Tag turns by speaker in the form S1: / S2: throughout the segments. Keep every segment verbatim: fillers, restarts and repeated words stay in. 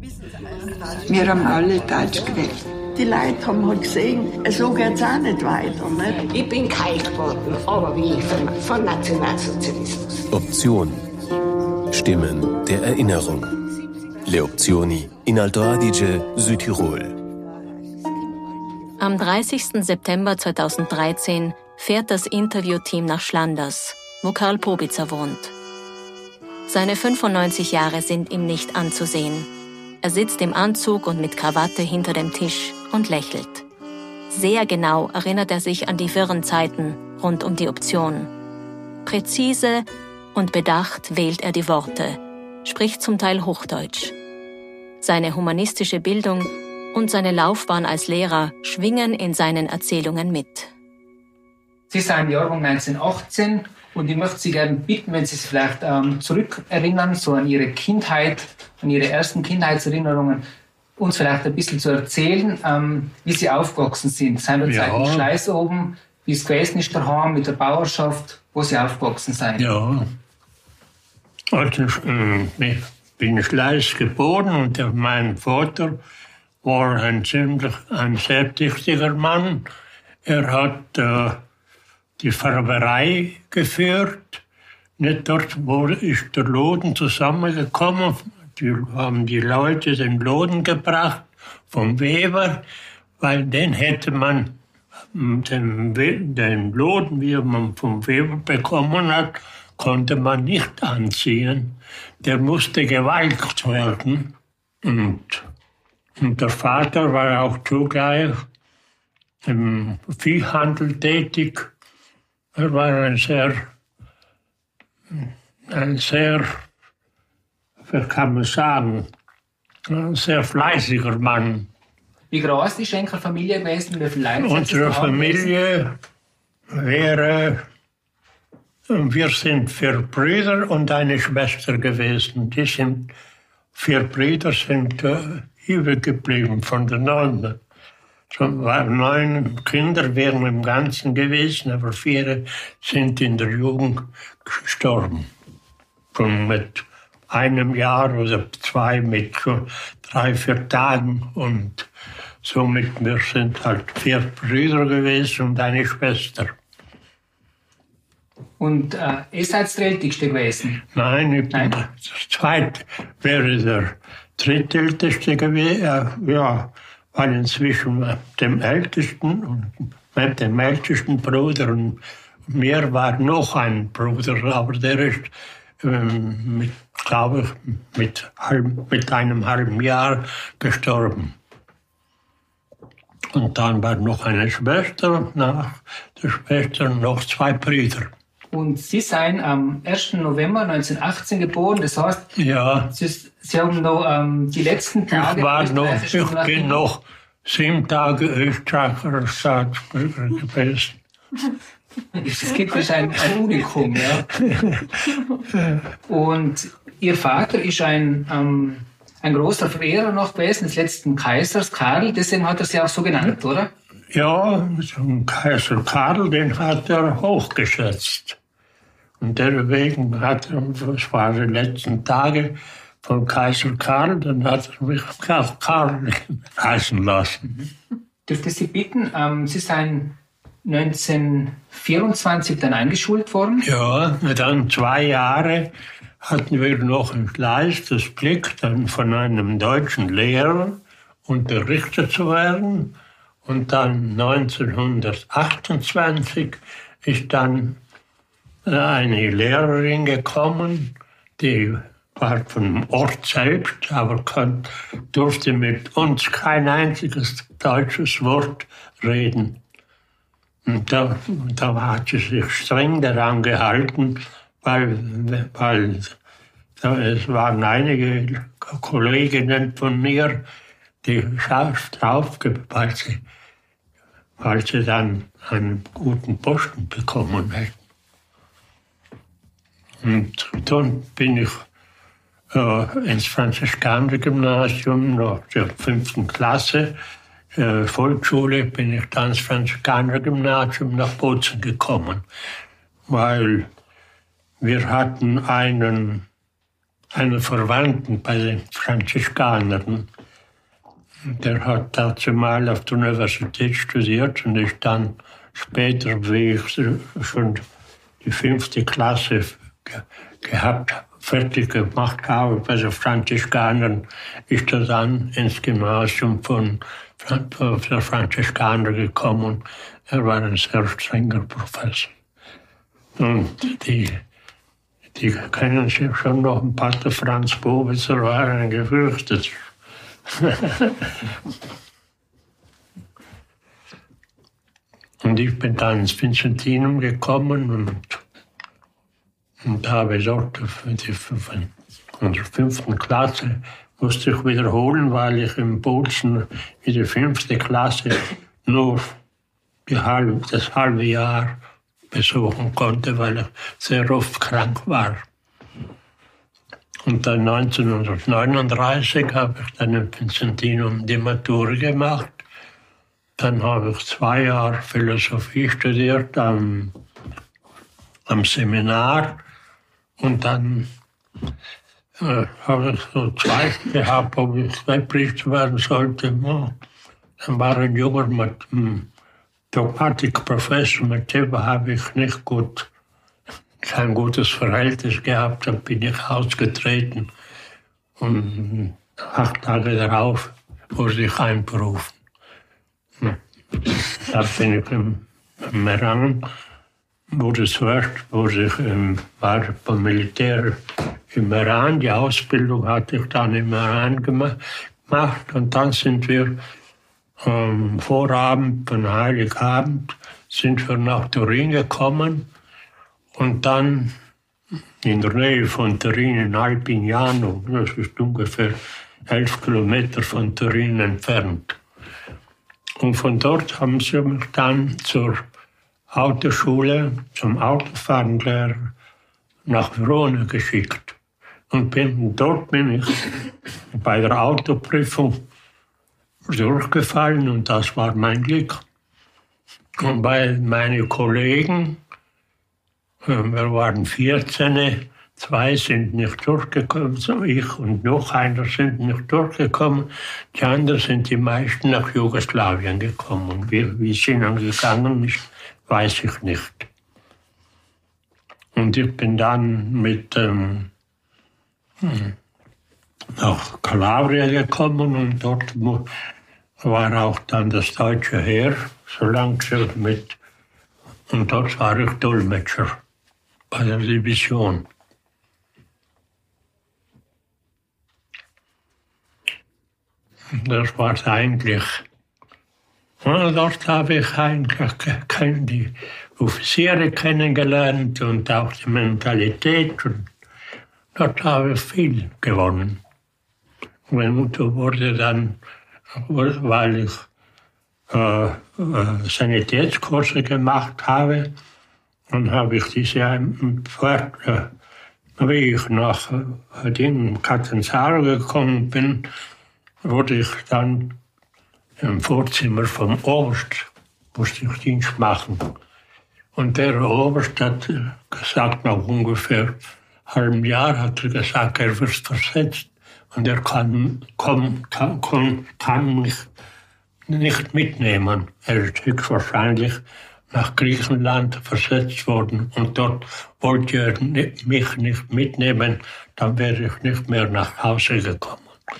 S1: Wir haben alle Deutsch gewählt. Die Leute haben halt gesehen, so geht es auch nicht weiter. Nicht?
S2: Ich bin kalt geworden, aber wie von, von Nationalsozialismus.
S3: Option. Stimmen der Erinnerung. Le Opzioni in Alto Adige, Südtirol.
S4: Am dreißigsten September zweitausenddreizehn fährt das Interviewteam nach Schlanders, wo Karl Pobitzer wohnt. Seine fünfundneunzig Jahre sind ihm nicht anzusehen. Er sitzt im Anzug und mit Krawatte hinter dem Tisch und lächelt. Sehr genau erinnert er sich an die wirren Zeiten rund um die Option. Präzise und bedacht wählt er die Worte, spricht zum Teil Hochdeutsch. Seine humanistische Bildung und seine Laufbahn als Lehrer schwingen in seinen Erzählungen mit.
S5: Sie sind Jahrgang neunzehnhundertachtzehn und ich möchte Sie gerne bitten, wenn Sie sich vielleicht ähm, zurückerinnern, so an Ihre Kindheit, an Ihre ersten Kindheitserinnerungen, uns vielleicht ein bisschen zu erzählen, ähm, wie Sie aufgewachsen sind. Seinerzeit ja. in Schleiß oben, wie es gewesen ist daheim mit der Bauerschaft, wo Sie aufgewachsen sind.
S6: Ja, also ich bin in Schleiß geboren und mein Vater war ein ziemlich ein sehr tüchtiger Mann. Er hat äh, die Färberei geführt. Nicht dort, wo ist der Loden zusammengekommen. Die haben die Leute den Loden gebracht vom Weber, weil den hätte man, den, den Loden, wie man vom Weber bekommen hat, konnte man nicht anziehen. Der musste gewalkt werden. Und, und der Vater war auch zugleich im Viehhandel tätig. Er war ein sehr, ein sehr, wie kann man sagen, ein sehr fleißiger Mann.
S5: Wie groß ist Ihre Familie gewesen? Wie viele Leute
S6: Unsere Familie wäre, wir sind vier Brüder und eine Schwester gewesen. Die sind, vier Brüder sind äh, übrig geblieben von den neun. So waren neun Kinder wären im Ganzen gewesen, aber vier sind in der Jugend gestorben. Schon mit einem Jahr oder zwei, mit so drei, vier Tagen. Und somit, wir sind halt vier Brüder gewesen und eine Schwester.
S5: Und äh, ihr seid der Älteste gewesen?
S6: Nein, ich bin der Zweite, wäre der Drittälteste gewesen, ja. Weil inzwischen mit dem Ältesten und mit dem ältesten Bruder und mir war noch ein Bruder, aber der ist, ähm, mit, glaube ich, mit, halb, mit einem halben Jahr gestorben. Und dann war noch eine Schwester und nach der Schwester noch zwei Brüder.
S5: Und Sie sind am ersten November neunzehnhundertachtzehn geboren, das heißt,
S6: ja.
S5: Sie, Sie haben noch ähm, die letzten Tage...
S6: Ich, war noch, ich bin noch sieben Tage Österreicher Staatsbürger gewesen.
S5: Das gibt es ein, ein Unikum, ja. Und Ihr Vater ist ein, ähm, ein großer Verehrer noch gewesen des letzten Kaisers, Karl, deswegen hat er Sie auch so genannt, oder?
S6: Ja, den Kaiser Karl, den hat er hochgeschätzt. Und deswegen hat er, das war die letzten Tage von Kaiser Karl, dann hat er mich auch Karl heißen lassen.
S5: Dürfte ich Sie bitten, ähm, Sie sind neunzehnhundertvierundzwanzig dann eingeschult worden?
S6: Ja, dann zwei Jahre hatten wir noch in Schleiß das Glück, dann von einem deutschen Lehrer unterrichtet zu werden. Und dann neunzehnhundertachtundzwanzig ist dann eine Lehrerin gekommen, die war vom Ort selbst, aber kon, durfte mit uns kein einziges deutsches Wort reden. Und da, da hat sie sich streng daran gehalten, weil, weil da, es waren einige Kolleginnen von mir, die scharf draufgepasst, weil sie dann einen guten Posten bekommen hätten. Und dann bin ich äh, ins Franziskaner-Gymnasium nach der fünften Klasse, äh, Volksschule, bin ich dann ins Franziskaner-Gymnasium nach Bozen gekommen, weil wir hatten einen einen Verwandten bei den Franziskanern. Der hat dazu mal auf der Universität studiert und ist dann später, wie ich schon die fünfte Klasse ge- gehabt, fertig gemacht habe bei den Franziskanern, ist er dann ins Gymnasium von der Franziskaner gekommen. Er war ein sehr strenger Professor. Und die, die kennen sich schon noch, ein Pater Franz Bobitzer war ein gefürchteter. Und ich bin dann ins Vinzentinum gekommen und, und habe dort in der fünften Klasse musste ich wiederholen, weil ich im Bozen in der fünften Klasse nur die halbe, das halbe Jahr besuchen konnte, weil ich sehr oft krank war. Und dann neunzehnhundertneununddreißig habe ich dann im Vinzentinum die Matura gemacht. Dann habe ich zwei Jahre Philosophie studiert am, am Seminar. Und dann äh, habe ich so Zweifel gehabt, ob ich Priester werden sollte. Ja. Dann war ein junger mit, um, Dogmatikprofessor, mit dem habe ich nicht gut, kein gutes Verhältnis gehabt. Dann bin ich ausgetreten. Und acht Tage darauf wurde ich einberufen. Da bin ich im, im Meran, wurde zuerst wurde ich im, war beim Militär im Meran. Die Ausbildung hatte ich dann im Meran gemacht. Und dann sind wir am Vorabend, von Heiligabend, sind wir nach Turin gekommen. Und dann in der Nähe von Turin, in Alpignano, das ist ungefähr elf Kilometer von Turin entfernt. Und von dort haben sie mich dann zur Autoschule, zum Autofahrenlehrer nach Verona geschickt. Und bin, dort bin ich bei der Autoprüfung durchgefallen und das war mein Glück. Und bei meinen Kollegen, wir waren vierzehn, zwei sind nicht durchgekommen, so ich und noch einer sind nicht durchgekommen. Die anderen sind die meisten nach Jugoslawien gekommen. Wie, wie sie dann gegangen ist, weiß ich nicht. Und ich bin dann mit ähm, nach Calabria gekommen und dort war auch dann das deutsche Heer, so langsam mit, und dort war ich Dolmetscher bei der Division. Das war es eigentlich. Und dort habe ich eigentlich die Offiziere kennengelernt und auch die Mentalität. Und dort habe ich viel gewonnen. Meine Mutter wurde dann, weil ich äh, äh, Sanitätskurse gemacht habe, dann habe ich diese äh, wie ich nach äh, dem Catanzaro gekommen bin, wurde ich dann im Vorzimmer vom Oberst, musste ich Dienst machen. Und der Oberst hat gesagt, nach ungefähr einem halben Jahr hat er gesagt, er wird versetzt und er kann, kann, kann, kann mich nicht mitnehmen. Er ist höchstwahrscheinlich nach Griechenland versetzt worden und dort wollte er mich nicht mitnehmen, dann wäre ich nicht mehr nach Hause gekommen.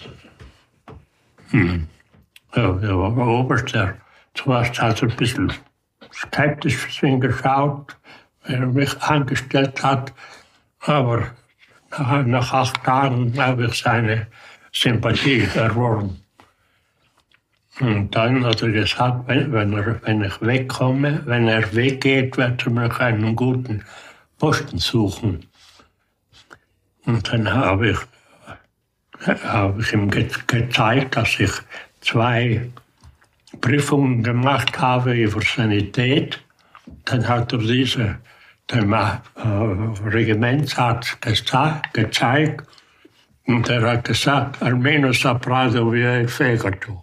S6: Hm. Ja, der Oberst, der zuerst hat ein bisschen skeptisch geschaut, wenn er mich angestellt hat, aber nach, nach acht Tagen habe ich seine Sympathie erworben. Und dann hat er gesagt, wenn, wenn, er, wenn ich wegkomme, wenn er weggeht, wird er mir einen guten Posten suchen. Und dann habe ich, habe ich ihm ge- gezeigt, dass ich zwei Prüfungen gemacht habe über Sanität. Dann hat er diese dem äh, Regimentsarzt geza- gezeigt und er hat gesagt, almeno saprado wie fegato.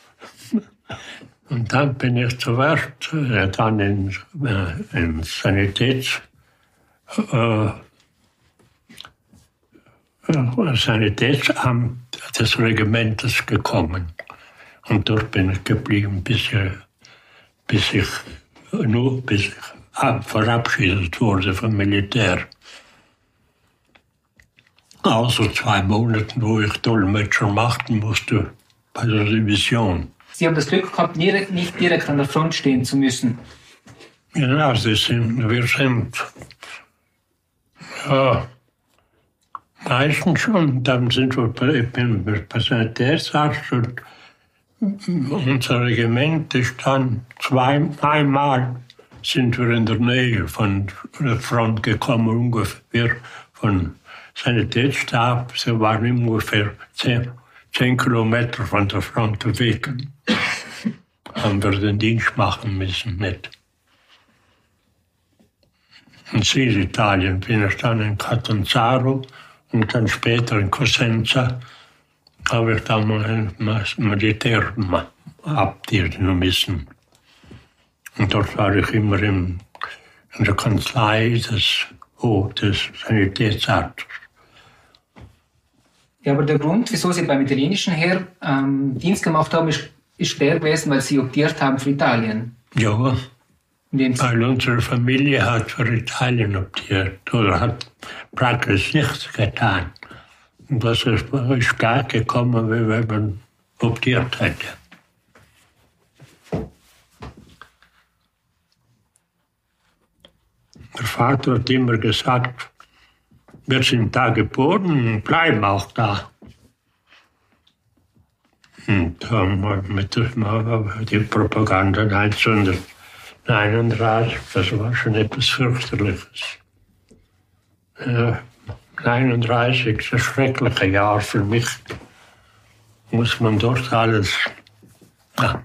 S6: Und dann bin ich zuerst äh, dann in, äh, in Sanitäts, äh, Sanitätsamt des Regimentes gekommen. Und dort bin ich geblieben, bis ich, bis ich, nur bis ich verabschiedet wurde vom Militär. Außer zwei Monaten, wo ich Dolmetscher machen musste bei der Division.
S5: Sie haben das Glück gehabt, nicht direkt an der Front stehen zu müssen.
S6: Ja, Sie sind, wir sind ja, meistens schon. Dann sind wir bei, ich bin bei Sanitätsarzt und unser Regiment ist dann zwei, einmal sind wir in der Nähe von der Front gekommen, ungefähr von Sanitätsstab. Sie waren ungefähr zehn, zehn Kilometer von der Front weg. Haben wir den Dienst machen müssen mit. In Süditalien bin ich dann in Catanzaro und dann später in Cosenza habe ich dann mal Militär abdienen müssen. Und dort war ich immer in, in der Kanzlei des, oh, des Sanitätsarztes.
S5: Ja, aber der Grund, wieso Sie beim italienischen Heer ähm, Dienst gemacht haben, ist, ist der gewesen, weil Sie optiert haben für Italien.
S6: Ja, weil unsere Familie hat für Italien optiert oder hat praktisch nichts getan. Und das ist stark gekommen, wie wenn man optiert hätte. Der Vater hat immer gesagt, wir sind da geboren und bleiben auch da. Und ähm, mit der die Propaganda neunzehnhundertneununddreißig, das war schon etwas fürchterliches. Ja, neununddreißig ist ein schreckliches Jahr für mich. Muss man dort alles. Ja.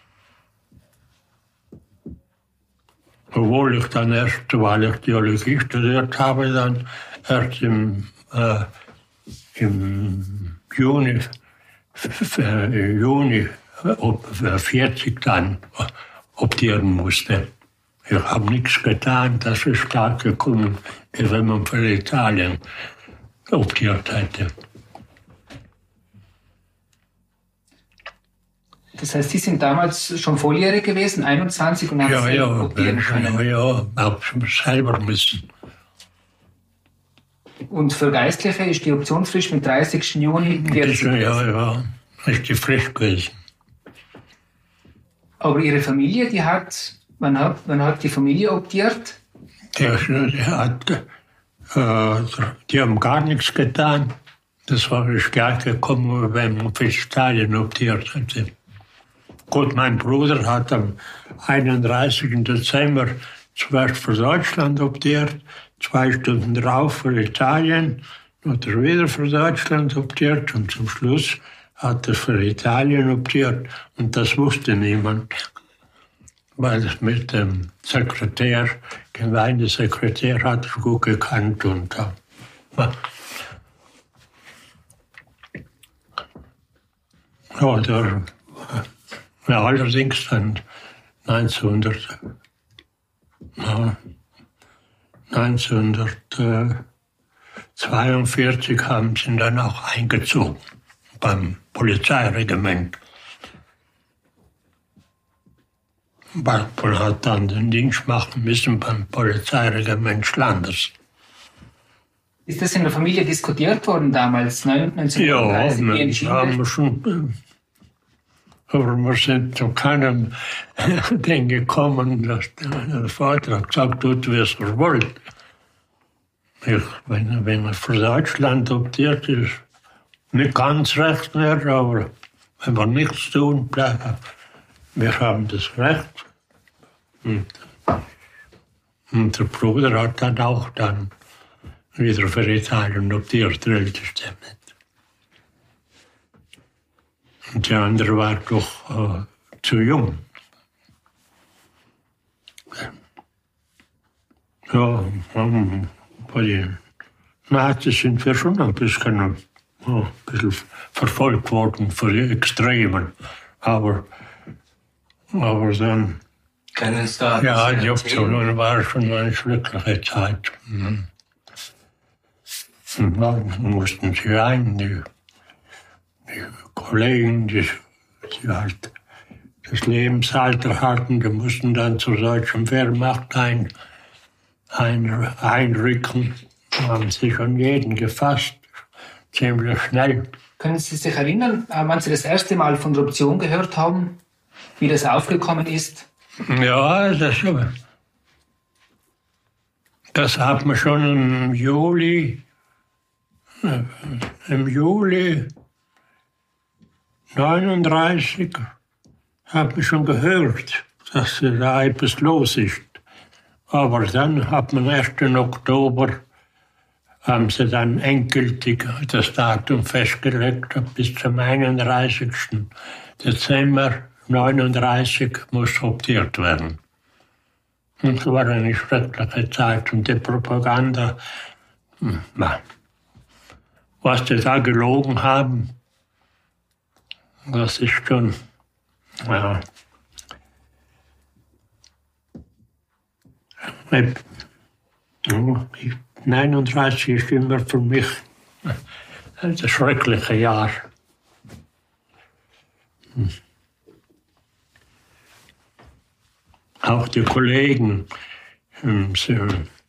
S6: Obwohl ich dann erst, weil ich Theologie studiert habe, dann erst im, äh, im Juni, äh, Juni vierzig dann optieren musste. Ich habe nichts getan, das ist stark gekommen, wie wenn man für Italien optiert hätte.
S5: Das heißt, Sie sind damals schon volljährig gewesen, einundzwanzig, und haben
S6: ja,
S5: selber
S6: ja,
S5: optieren können?
S6: Ja, ja, habe selber müssen.
S5: Und für Geistliche ist die Optionsfrist mit dreißigsten Juni vierzig gewesen?
S6: Ja, ja, ist die Frist gewesen.
S5: Aber Ihre Familie, die hat, wann hat, wann hat die Familie optiert?
S6: Die, die, hat, äh, die haben gar nichts getan. Das war stark gekommen, wenn man für Italien optiert hatte. Gut, mein Bruder hat am einunddreißigsten Dezember zuerst für Deutschland optiert, zwei Stunden drauf für Italien, hat er wieder für Deutschland optiert und zum Schluss hat er für Italien optiert und das wusste niemand, weil es mit dem Sekretär, Gemeindesekretär, hat er gut gekannt und ja, ja, der, ja, allerdings dann neunzehnhundert, ja, neunzehnhundertzweiundvierzig haben sie dann auch eingezogen beim Polizeiregiment. Man hat dann den Dienst machen müssen beim Polizeiregiment Schlanders.
S5: Ist das in der Familie diskutiert worden damals, neunzehnhundertdreißig?
S6: Ja, wir haben schon, aber wir sind zu keinem Ding gekommen, dass der Vater hat gesagt, tut, wie es er wollt. Ich, wenn, wenn er für Deutschland optiert ist, nicht ganz recht mehr, aber wenn wir nichts tun, bleiben. Wir haben das Recht. Und, und der Bruder hat dann auch dann wieder für Italien optiert, der Älteste mit. Und der andere war doch äh, zu jung. Ja, um, bei den Nazis sind wir schon ein bisschen, oh, ein bisschen verfolgt worden für die Extremen. Aber, aber dann, ja, die Option war schon eine schreckliche Zeit. Mhm. Und dann mussten sie rein, die, die Kollegen, die, die halt das Lebensalter hatten, die mussten dann zur deutschen Wehrmacht ein, ein, einrücken. Da haben sie schon jeden gefasst, ziemlich schnell.
S5: Können Sie sich erinnern, wann Sie das erste Mal von der Option gehört haben, wie das aufgekommen ist?
S6: Ja, das, das hat man schon im Juli, im Juli neununddreißig hat man schon gehört, dass da etwas los ist. Aber dann hat man erst im Oktober, haben sie dann endgültig das Datum festgelegt, bis zum einunddreißigsten Dezember neununddreißig muss optiert werden. Und das war eine schreckliche Zeit und die Propaganda, was die da gelogen haben, das ist schon, ja. neununddreißig ist immer für mich ein schreckliches Jahr. Auch die Kollegen sie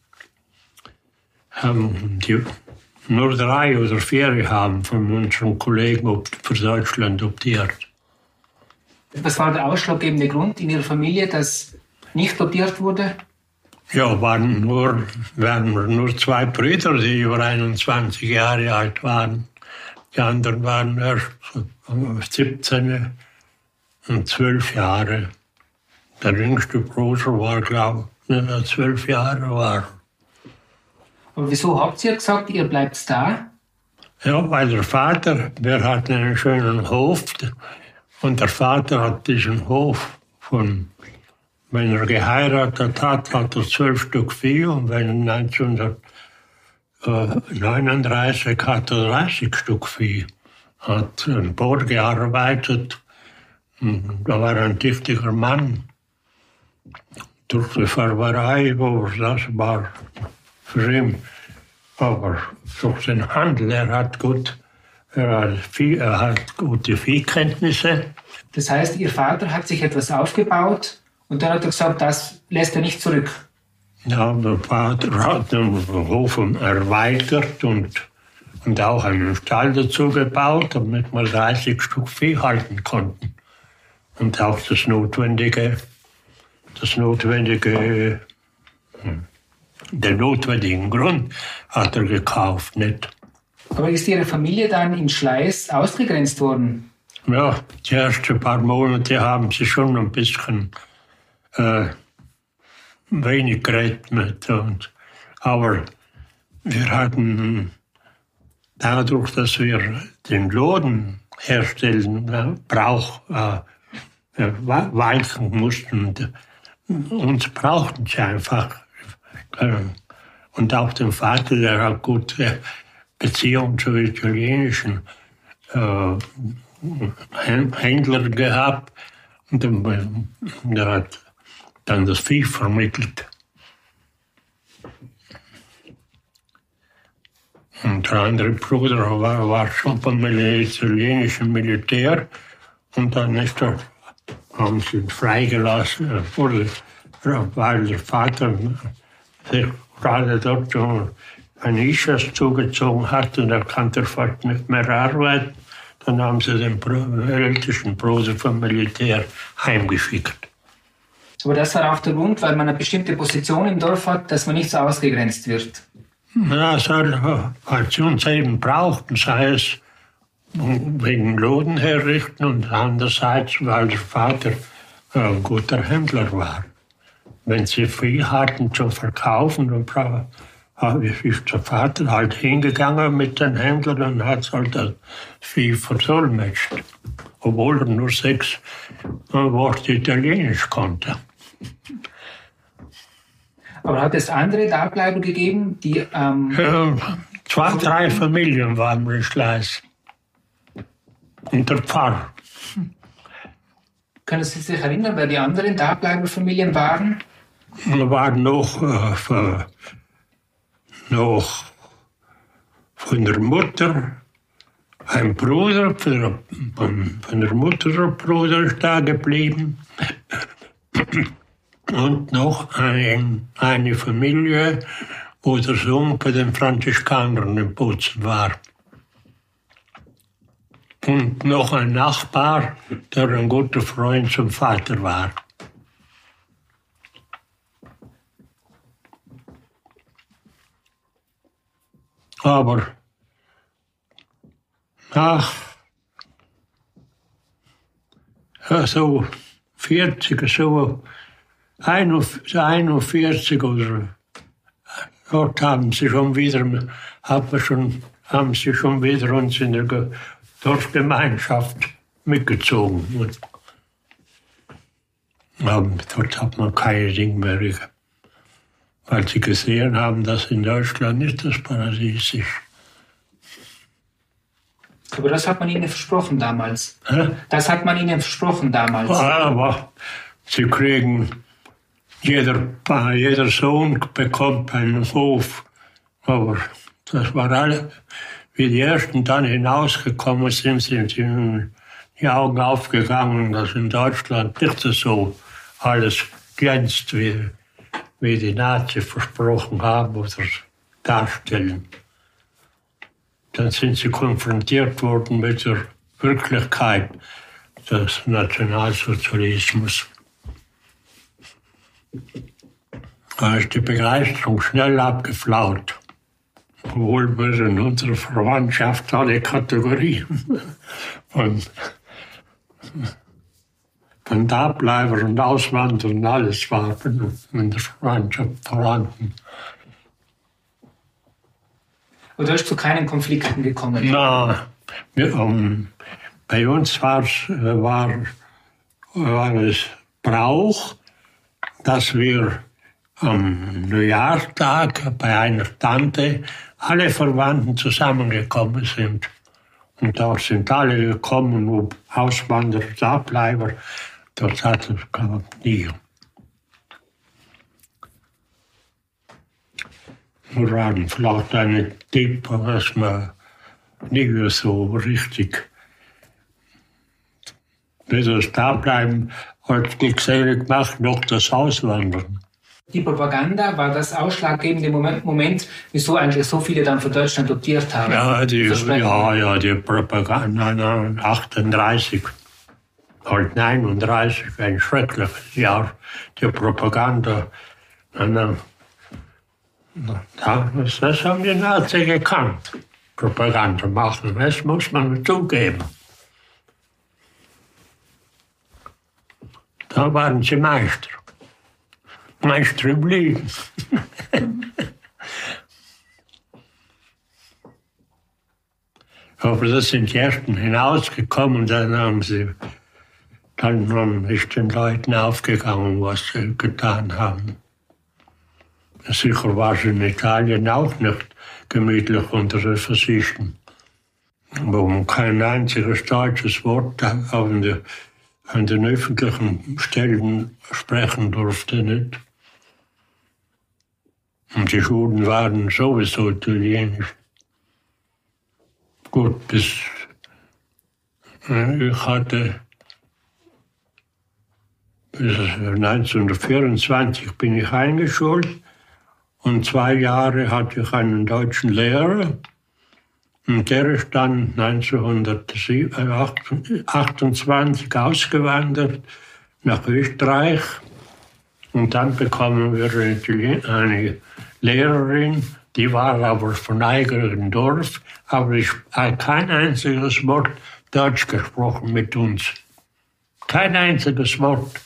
S6: haben die, nur drei oder vier haben von unseren Kollegen für Deutschland optiert.
S5: Was war der ausschlaggebende Grund in Ihrer Familie, dass nicht optiert wurde?
S6: Ja, waren nur, waren nur zwei Brüder, die über einundzwanzig Jahre alt waren. Die anderen waren erst siebzehn und zwölf Jahre. Der jüngste Bruder war, glaube ich, wenn er zwölf Jahre war.
S5: Aber wieso habt ihr gesagt, ihr bleibt da?
S6: Ja, weil der Vater, der hat einen schönen Hof und der Vater hat diesen Hof von, wenn er geheiratet hat, hat er zwölf Stück Vieh und wenn neunzehnhundertneununddreißig hat er dreißig Stück Vieh. Hat im Boot gearbeitet, da war er ein tüchtiger Mann. Durch die Färberei, das war für ihn, aber durch den Handel, er hat gut, er hat, Vieh, er hat gute Viehkenntnisse.
S5: Das heißt, Ihr Vater hat sich etwas aufgebaut und dann hat er gesagt, das lässt er nicht zurück.
S6: Ja, der Vater hat den Hof erweitert und, und auch einen Stall dazu gebaut, damit wir dreißig Stück Vieh halten konnten. Und auch das notwendige, das notwendige, den notwendigen Grund hat er gekauft, nicht?
S5: Aber ist Ihre Familie dann in Schleiß ausgegrenzt worden?
S6: Ja, die ersten paar Monate haben sie schon ein bisschen äh, wenig geredet mit uns. Aber wir hatten dadurch, dass wir den Loden herstellen, äh, Brauch, äh, weichen mussten. Uns brauchten sie einfach. Und auch den Vater, der hat gute Beziehungen zu italienischen äh, Händlern gehabt. Und der hat dann das Vieh vermittelt. Und der andere Bruder war, war schon beim italienischen Militär. Und dann ist er, haben sie ihn freigelassen, wurde, weil der Vater sich gerade dort schon einen Ischias zugezogen hat und er konnte fast nicht mehr arbeiten. Dann haben sie den ältesten Bruder vom Militär heimgeschickt.
S5: Aber das war auch der Grund, weil man eine bestimmte Position im Dorf hat, dass man nicht so ausgegrenzt wird.
S6: Ja, weil sie uns eben brauchten, sei es wegen Loden herrichten und andererseits, weil der Vater ein guter Händler war. Wenn sie Vieh hatten zum Verkaufen, dann ist der Vater halt hingegangen mit den Händlern und hat halt das Vieh versolmetscht. Obwohl er nur sechs Worte Italienisch konnte.
S5: Aber hat es andere Dableiber gegeben, die... Ähm
S6: ja, zwei, drei Familien waren in Schleiß. In der Pfarr.
S5: Können Sie sich erinnern, wer die anderen Dableiberfamilien waren?
S6: Da waren noch, äh, für, noch von der Mutter, ein Bruder, von der Mutter der Bruder ist da geblieben. Und noch ein, eine Familie, wo der Sohn bei den Franziskanern in Bozen war. Und noch ein Nachbar, der ein guter Freund zum Vater war. Aber nach ja, so vierzig, so einundvierzig oder dort haben sie schon wieder, haben wir schon, haben sie schon wieder uns in der Dorfgemeinschaft mitgezogen. Und, aber dort hat man keine Dinge mehr, weil sie gesehen haben, dass in Deutschland nicht das Paradies ist.
S5: Aber das hat man ihnen versprochen damals.
S6: Hä?
S5: Das hat man ihnen versprochen damals.
S6: Aber sie kriegen, jeder, jeder Sohn bekommt einen Hof. Aber das war alle, wie die Ersten dann hinausgekommen sind, sind ihnen die Augen aufgegangen, dass in Deutschland nicht so alles glänzt, wie, wie die Nazis versprochen haben oder darstellen. Dann sind sie konfrontiert worden mit der Wirklichkeit des Nationalsozialismus. Da ist die Begeisterung schnell abgeflaut. Obwohl wir in unserer Verwandtschaft alle Kategorien von, von Dableiber und Auswanderer und alles war in der Verwandtschaft vorhanden.
S5: Oder ist zu keinen Konflikten gekommen?
S6: Na, wir, um, bei uns war's, war, war es Brauch, dass wir am Neujahrstag bei einer Tante alle Verwandten zusammengekommen sind. Und dort sind alle gekommen, ob Auswanderer, Abbleiber, dort hat es gar nie. Wir waren vielleicht eine Tipp, dass man nicht so richtig nicht das Dableiben hat gesehen gemacht, noch das Auswandern.
S5: Die Propaganda war das ausschlaggebende Moment, Moment, wieso eigentlich so viele dann für Deutschland adoptiert haben.
S6: Ja, die, ja, ja, die Propaganda, nein, achtunddreißig, halt neununddreißig, ein schreckliches Jahr, die Propaganda. Nein, das, das haben die Nazis gekannt, Propaganda machen, das muss man zugeben. Da waren sie Meister. Meister im Leben. Aber das sind die Ersten hinausgekommen, dann haben sie, dann ist den Leuten aufgegangen, was sie getan haben. Sicher war es in Italien auch nicht gemütlich unter den Faschisten, wo man kein einziges deutsches Wort an, die, an den öffentlichen Stellen sprechen durfte. Nicht. Und die Schulen waren sowieso italienisch. Gut, bis ich hatte bis neunzehnhundertvierundzwanzig bin ich eingeschult. Und zwei Jahre hatte ich einen deutschen Lehrer. Und der ist dann neunzehnhundertachtundzwanzig ausgewandert nach Österreich. Und dann bekamen wir eine Lehrerin, die war aber von eigenem Dorf, aber ich habe kein einziges Wort Deutsch gesprochen mit uns. Kein einziges Wort.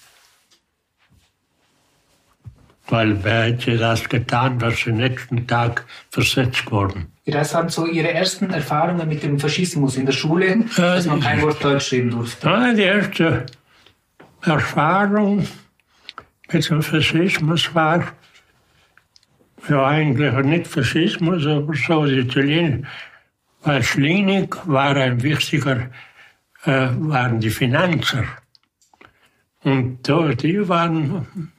S6: Weil wer hätte das getan, dass sie nächsten Tag versetzt wurden.
S5: Das waren so Ihre ersten Erfahrungen mit dem Faschismus in der Schule, dass man kein Wort Deutsch reden durfte?
S6: Ja, die erste Erfahrung mit dem Faschismus war, ja eigentlich nicht Faschismus, aber so die Italiener. Weil Schlinig war ein wichtiger, äh, waren die Finanzer. Und da, die waren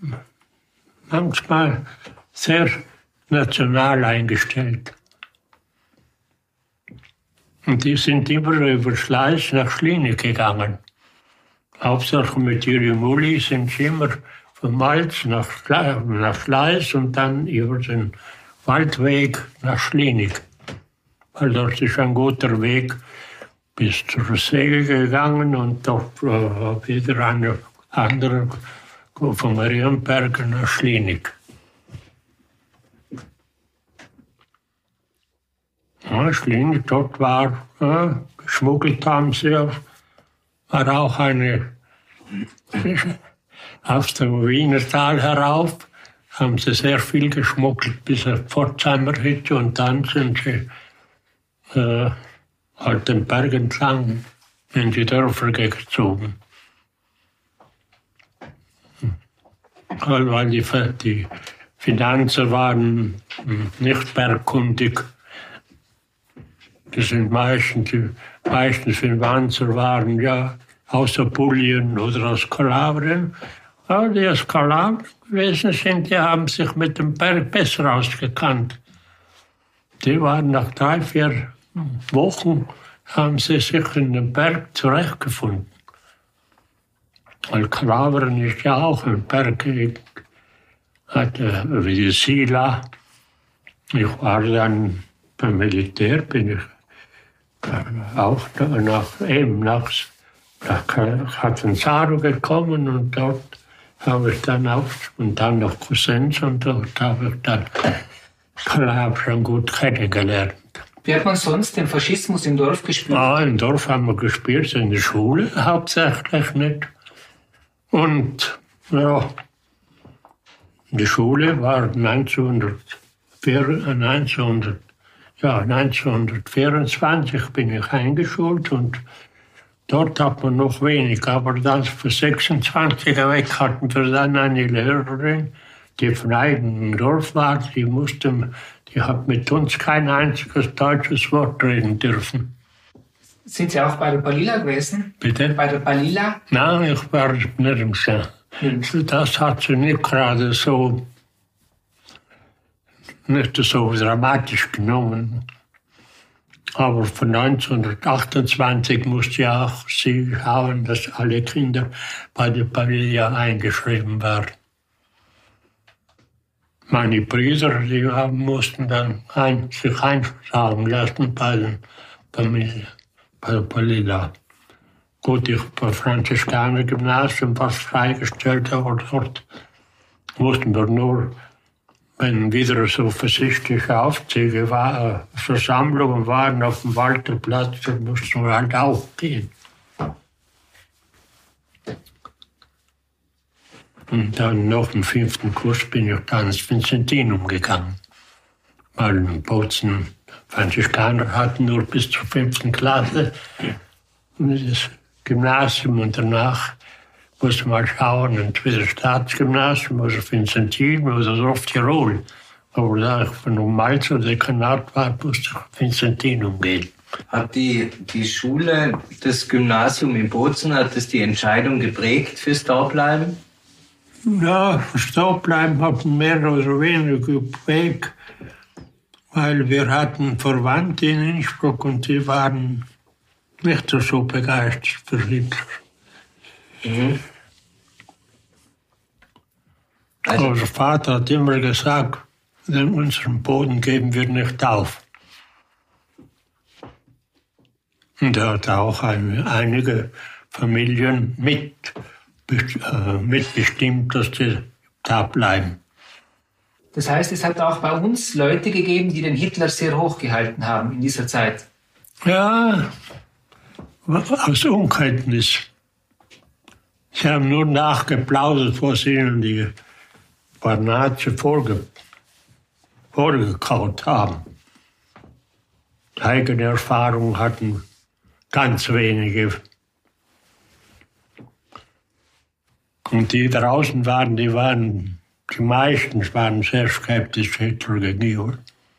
S6: manchmal sehr national eingestellt. Und die sind immer über Schleiß nach Schliene gegangen. Hauptsache mit ihren Mulli sind sie immer von Malz nach, nach Schleiß und dann über den Waldweg nach Schlienig. Weil dort ist ein guter Weg bis zur See gegangen und dort äh, wieder eine andere von Marienberg nach Schlienig. Ja, Schlienig, dort war, äh, geschmuggelt haben sie, war auch eine, aus dem Wienertal herauf, haben sie sehr viel geschmuggelt bis auf Pforzheimer Hütte und dann sind sie äh, halt den Berg entlang in die Dörfer gezogen. Weil die, die Finanzer waren nicht bergkundig. Das sind meistens, die meisten Finanzer waren ja aus Apulien oder aus Kalabrien. Aber die aus Kalabrien gewesen sind, die haben sich mit dem Berg besser ausgekannt. Die waren nach drei, vier Wochen, haben sie sich in dem Berg zurechtgefunden. Weil Kalabrien ist ja auch ein Berg, wie die Sila. Ich war dann beim Militär, bin ich auch nach, eben nach, nach Catanzaro gekommen und dort habe ich dann auch, und dann noch Cousins und dort habe ich dann Kalabrien gut kennengelernt.
S5: Wie hat man sonst den Faschismus im Dorf gespürt?
S6: Ja, im Dorf haben wir gespielt, in der Schule hauptsächlich nicht. Und ja, die Schule war neunzehnhundertvierundzwanzig, ja, neunzehnhundertvierundzwanzig bin ich eingeschult und dort hat man noch wenig. Aber dann für sechsundzwanziger weg hatten wir dann eine Lehrerin, die von einem Dorf war, die musste, die hat mit uns kein einziges deutsches Wort reden dürfen.
S5: Sind Sie auch bei der Balila gewesen?
S6: Bitte?
S5: Bei der Balila?
S6: Nein, ich war nirgends. Hm. Das hat sie nicht gerade so, nicht so dramatisch genommen. Aber von neunzehnhundertachtundzwanzig musste ja auch sie schauen, dass alle Kinder bei der Balila eingeschrieben waren. Meine Brüder, die haben, mussten dann ein, sich einschreiben lassen bei den Familien. Bei der Balila. Gut, ich bei Franziskaner Gymnasium was freigestellt, aber dort mussten wir nur, wenn wieder so faschistische Aufzüge war, Versammlungen waren auf dem Walterplatz, dann mussten wir halt auch gehen. Und dann noch im fünften Kurs bin ich dann ins Vincentinum gegangen, weil in Bozen Franziskaner hatten nur bis zur fünften Klasse das Gymnasium und danach musste man schauen, entweder Staatsgymnasium oder Vincentin oder Dorftirol. Aber da ich von Malz oder Dekanat war, musste ich Vincentinum gehen.
S7: Hat die, die Schule, das Gymnasium in Bozen, hat das die Entscheidung geprägt fürs Dableiben?
S6: Ja, fürs Dableiben hat mehr oder weniger geprägt. Weil wir hatten Verwandte in Innsbruck und die waren nicht so begeistert für Hitler. Mhm. Also unser Vater hat immer gesagt, unseren Boden geben wir nicht auf. Und er hat auch eine, einige Familien mit, äh, mitbestimmt, dass sie da bleiben.
S5: Das heißt, es hat auch bei uns Leute gegeben, die den Hitler sehr hoch gehalten haben in dieser Zeit.
S6: Ja, aus Unkenntnis. Sie haben nur nachgeplaudert, was ihnen die Barnatsche vorge vorgekaut haben. Eigene Erfahrung hatten ganz wenige. Und die draußen waren, die waren... Die meisten waren sehr skeptisch Hitler gegenüber.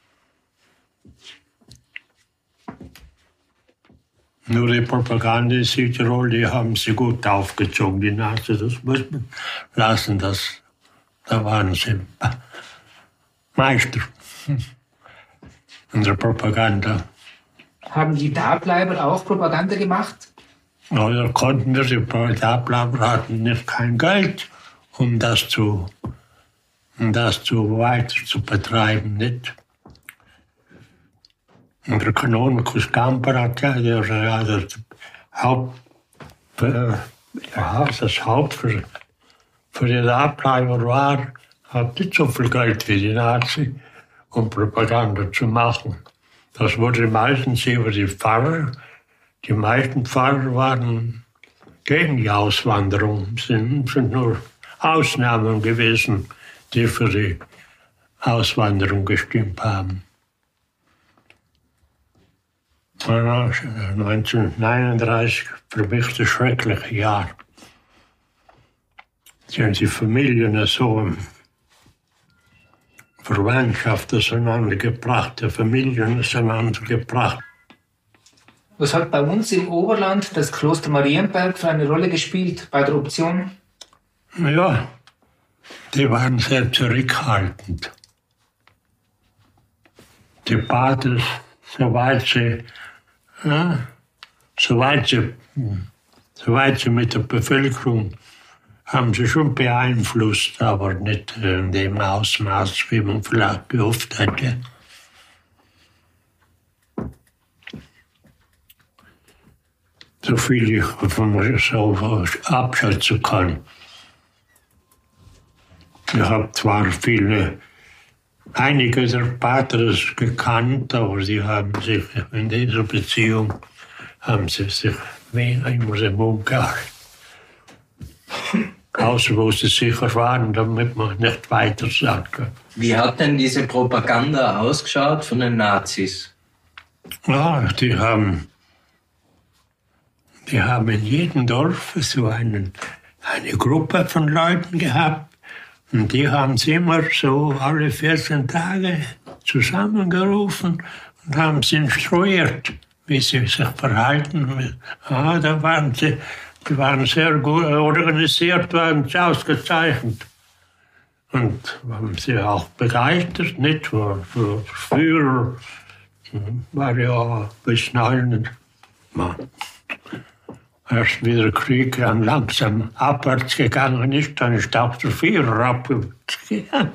S6: Nur die Propaganda in Südtirol, die haben sie gut aufgezogen, die Nase, das muss man lassen, das, da waren sie Meister in der Propaganda.
S5: Haben die Dableiber auch Propaganda gemacht?
S6: Also konnten wir, die Dableiber hatten nicht kein Geld, um das zu, um das zu weiter zu betreiben, nicht? Und der Kanonikus Gamper hat ja, der, ja das Haupt, äh, ja, das Haupt für, für die Dableiber war, hat nicht so viel Geld wie die Nazi, um Propaganda zu machen. Das wurde meistens über die Pfarrer. Die meisten Pfarrer waren gegen die Auswanderung. Es sind, sind nur Ausnahmen gewesen, die für die Auswanderung gestimmt haben. neunzehnhundertneununddreißig, für mich das schreckliche Jahr. Sie haben die Familien so Verwandtschaft auseinandergebracht, die Familien auseinandergebracht.
S5: Was hat bei uns im Oberland das Kloster Marienberg für eine Rolle gespielt bei der Option?
S6: Ja, die waren sehr zurückhaltend. Die Paters, soweit sie, ja, soweit sie, soweit sie mit der Bevölkerung haben sie schon beeinflusst, aber nicht in dem Ausmaß, wie man vielleicht gehofft hätte. So viel ich von so abschätzen kann. Ich habe zwar viele, einige der Paters gekannt, aber sie haben sich in dieser Beziehung haben sie sich immer im Mund gehalten. Außer wo sie sicher waren, damit man nicht weiter sagen.
S7: Wie hat denn diese Propaganda ausgeschaut von den Nazis?
S6: Ja, die haben, die haben in jedem Dorf so einen, eine Gruppe von Leuten gehabt. Und die haben sie immer so alle vierzehn Tage zusammengerufen und haben sie instruiert, wie sie sich verhalten. Ja, da waren sie, die waren sehr gut organisiert, waren sie ausgezeichnet. Und haben sie auch begeistert, nicht? Für, für Führer war ja bis neun. Erst wie der Krieg dann langsam abwärts gegangen ist, dann ist auch der Führer abwärts gegangen.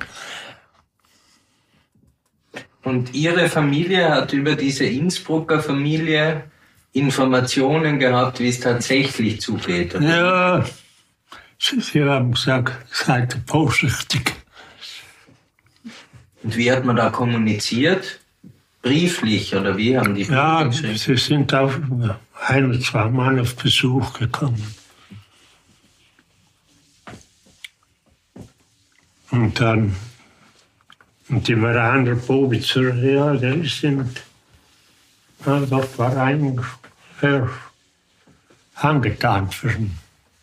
S7: Und Ihre Familie hat über diese Innsbrucker Familie Informationen gehabt, wie es tatsächlich zugeht? Oder?
S6: Ja, sie, sie haben gesagt, seid vorsichtig.
S7: Und wie hat man da kommuniziert? Brieflich oder wie haben die Briefe
S6: Ja,
S7: geschrieben?
S6: sie sind auf ein oder zwei Mal auf Besuch gekommen. Und dann, und die Meraner Pobitzer, ja, die sind, ja, das war eigentlich sehr angetan für ihn.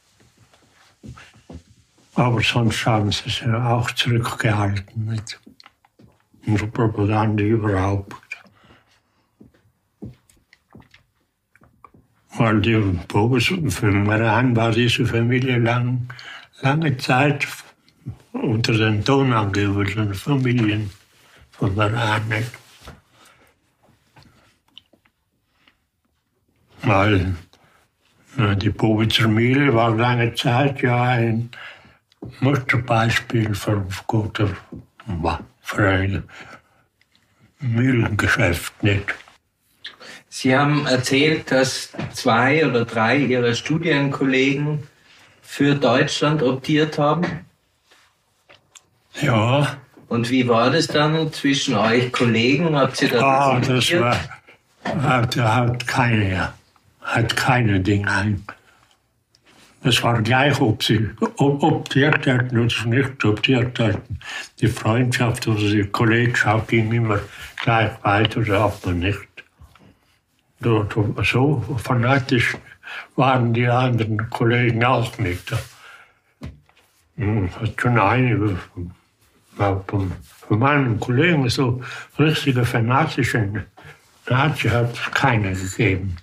S6: Aber sonst haben sie sich auch zurückgehalten mit der Propaganda überhaupt. Weil die Pobitzer, für Meran war diese Familie lang, lange Zeit unter den tonangebenden Familien von Meran. Weil die Pobitzer Mühle war lange Zeit ja ein Musterbeispiel für gute, für ein Mühlengeschäft, nicht?
S7: Sie haben erzählt, dass zwei oder drei Ihrer Studienkollegen für Deutschland optiert haben.
S6: Ja.
S7: Und wie war das dann zwischen euch Kollegen? Habt ihr das
S6: Ah, das war, hat, hat keine, hat keine Dinge. Es war gleich, ob sie optiert hätten oder nicht optiert hätten. Die Freundschaft oder die Kollegschaft ging immer gleich weiter, das hat man nicht. So fanatisch waren die anderen Kollegen auch nicht. Es hat schon einige von meinen Kollegen so richtige fanatische Nazi hat es keine gegeben.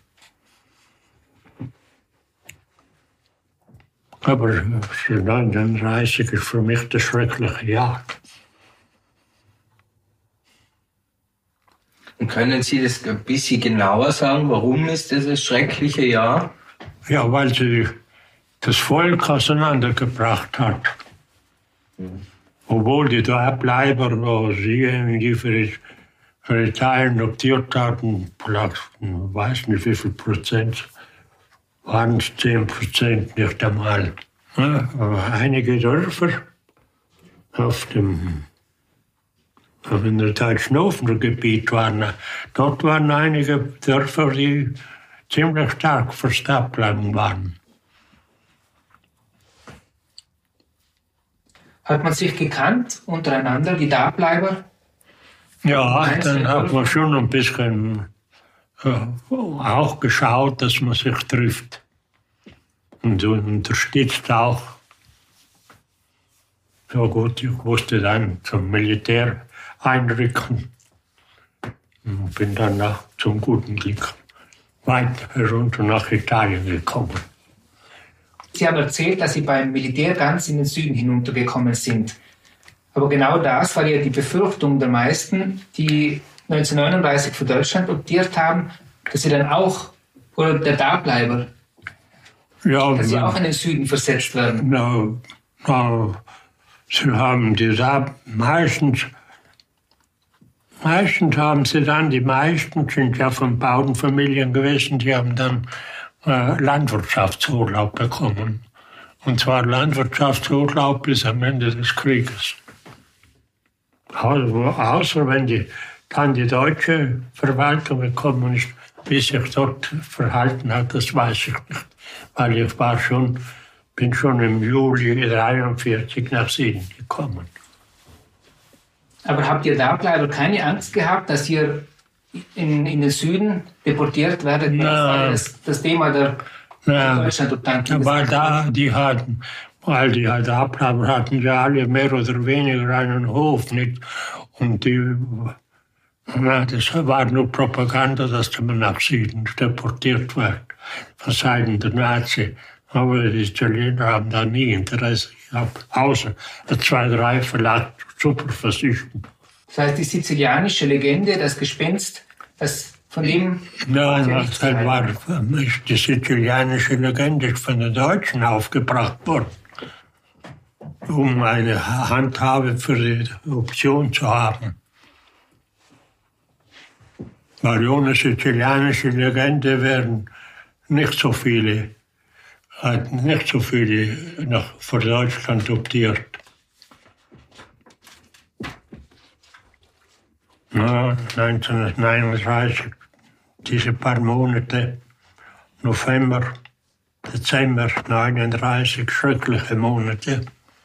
S6: Aber neunzehnhundertdreißig ist für mich das schreckliche Jahr.
S7: Und Können Sie das ein bisschen genauer sagen? Warum ist das ein schreckliches Jahr?
S6: Ja, weil sie das Volk auseinandergebracht hat. Mhm. Obwohl die Dabbleiber, wo sie irgendwie für die, für die Teilen notiert hatten, vielleicht, ich weiß nicht wie viel Prozent, waren es zehn Prozent nicht einmal. Ja, aber einige Dörfer auf dem in der deutschen Ofengebiet waren, dort waren einige Dörfer, die ziemlich stark verstärkt waren.
S5: Hat man sich gekannt untereinander, die Dableiber?
S6: Ja, dann hat man schon ein bisschen äh, auch geschaut, dass man sich trifft. Und unterstützt auch. So gut, ich musste dann zum Militär einrücken und bin dann nach, zum guten Glück weiter herunter nach Italien gekommen.
S5: Sie haben erzählt, dass Sie beim Militär ganz in den Süden hinuntergekommen sind. Aber genau das war ja die Befürchtung der meisten, die neunzehnhundertneununddreißig für Deutschland optiert haben, dass sie dann auch, oder der Dableiber, ja, dass sie auch in den Süden versetzt werden.
S6: Na, na, sie haben die Dab meistens, meistens haben sie dann, die meisten sind ja von Bauernfamilien gewesen, die haben dann äh, Landwirtschaftsurlaub bekommen. Und zwar Landwirtschaftsurlaub bis am Ende des Krieges. Also, außer wenn die, dann die deutsche Verwaltung gekommen ist, wie sich dort verhalten hat, das weiß ich nicht. Weil ich war schon, bin schon im Juli neunzehnhundertdreiundvierzig nach Süden gekommen.
S5: Aber habt ihr da leider keine Angst gehabt, dass ihr in, in den Süden deportiert werdet?
S6: Nein.
S5: Das, das Thema der
S6: Nein.
S5: Deutschland und dann
S6: weil da, die hatten, weil die halt Ableiber hatten ja alle mehr oder weniger einen Hof, nicht? Und die, na, das war nur Propaganda, dass man nach Süden deportiert wird, von Seiten der Nazis. Aber die Italiener haben da nie Interesse gehabt, außer zwei, drei vielleicht super versichern.
S5: Das heißt, die sizilianische Legende, das Gespenst, das von dem...
S6: Nein, das war die sizilianische Legende von den Deutschen aufgebracht worden, um eine Handhabe für die Option zu haben. Weil ohne sizilianische Legende wären nicht so viele, nicht so viele nach für Deutschland optiert. Ja, neunzehnhundertneununddreißig, diese paar Monate, November, Dezember neununddreißig, schreckliche Monate.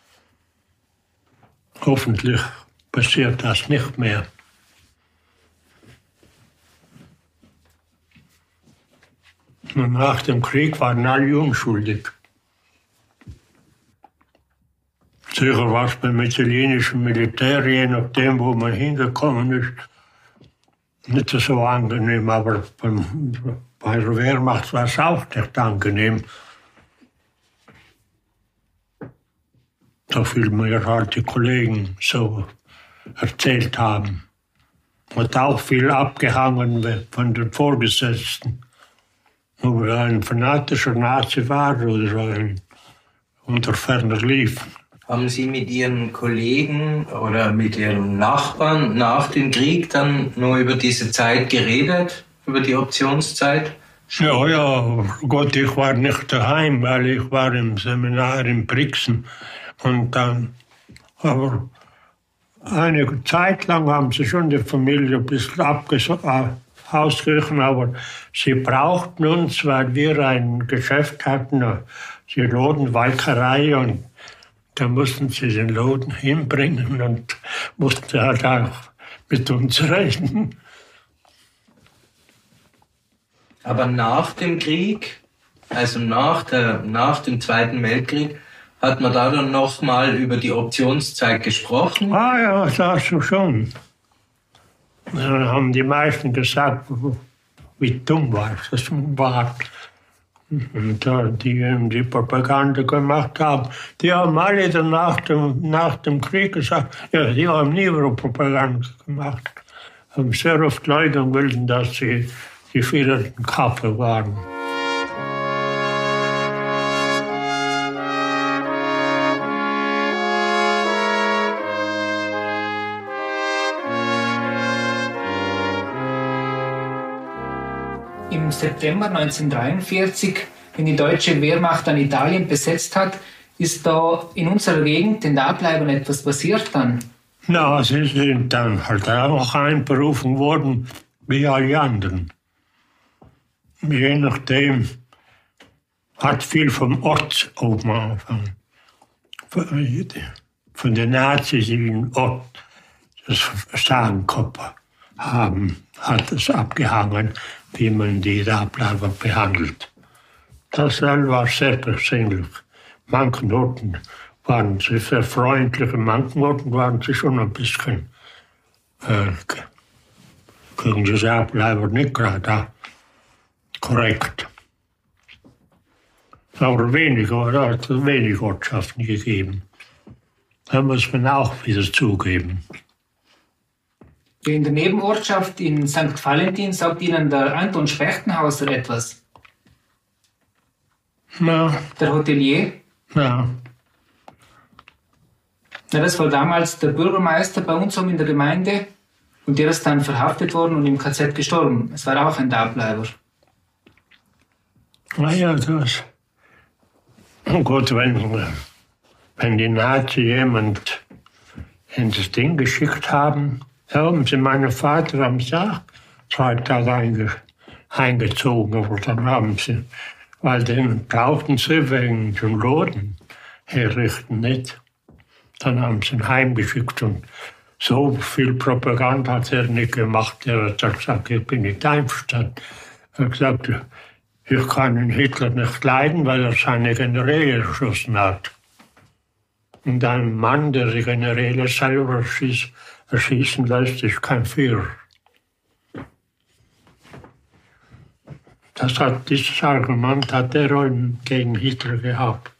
S6: Hoffentlich passiert das nicht mehr. Und nach dem Krieg waren alle unschuldig. Sicher war es beim italienischen Militär, je nachdem, wo man hingekommen ist, nicht so angenehm, aber beim, bei der Wehrmacht war es auch nicht angenehm. So viel mir halt die Kollegen so erzählt haben. Und auch viel abgehangen von den Vorgesetzten. Ob er ein fanatischer Nazi war oder ein unter ferner lief.
S7: Haben Sie mit Ihren Kollegen oder mit Ihren Nachbarn nach dem Krieg dann noch über diese Zeit geredet, über die Optionszeit?
S6: Ja, ja, Gott, ich war nicht daheim, weil ich war im Seminar in Brixen. Und dann, aber eine Zeit lang haben sie schon die Familie ein bisschen ausgerufen, aber sie brauchten uns, weil wir ein Geschäft hatten, die Lodenwalkerei, und da mussten sie den Loden hinbringen und mussten halt auch mit uns reden.
S7: Aber nach dem Krieg, also nach, der, nach dem Zweiten Weltkrieg, hat man da dann noch mal über die Optionszeit gesprochen?
S6: Ah ja, das schon. Dann haben die meisten gesagt, wie dumm war das war. Und die, die Propaganda gemacht haben, die haben alle dann nach dem, nach dem Krieg gesagt, ja, die haben nie Propaganda gemacht. haben sehr oft leugnen wollen, dass sie die vierten Kappe waren.
S5: Im September neunzehnhundertdreiundvierzig, wenn die deutsche Wehrmacht dann Italien besetzt hat, ist da in unserer Gegend den Dableibern etwas passiert dann?
S6: Na, sie sind dann halt auch einberufen worden, wie alle anderen. Je nachdem hat viel vom Ort oben angefangen. Von den Nazis, die im Ort das Sagen gehabt haben, hat es abgehangen, wie man die Dableiber behandelt. Das war sehr persönlich. Manchen Orten waren sie sehr freundlich, in manchen Orten waren sie schon ein bisschen äh, gegen die Dableiber nicht gerade korrekt. Aber wenig, oder? Hat es wenig Ortschaften gegeben. Da muss man auch wieder zugeben.
S5: In der Nebenortschaft in Sankt Valentin sagt Ihnen der Anton Spechtenhauser etwas?
S6: Na.
S5: Der Hotelier?
S6: Ja.
S5: Na, das war damals der Bürgermeister bei uns in der Gemeinde und der ist dann verhaftet worden und im K Z gestorben. Es war auch ein Dableiber.
S6: Na ja, das. Oh Gott, wenn, wenn die Nazis jemand in das Ding geschickt haben, haben sie meinen Vater am Tag zwei Tage einge, eingezogen. Aber dann haben sie, weil den brauchten sie wegen dem Roten herrichten nicht. Dann haben sie ihn heimgeschickt und so viel Propaganda hat er nicht gemacht. Er hat gesagt, ich bin nicht einverstanden. Er hat gesagt, ich kann den Hitler nicht leiden, weil er seine Generäle erschossen hat. Und ein Mann, der die Generäle selber erschießt, erschießen lässt, ist kein Führer. Das hat, dieses Argument hat er gegen Hitler gehabt.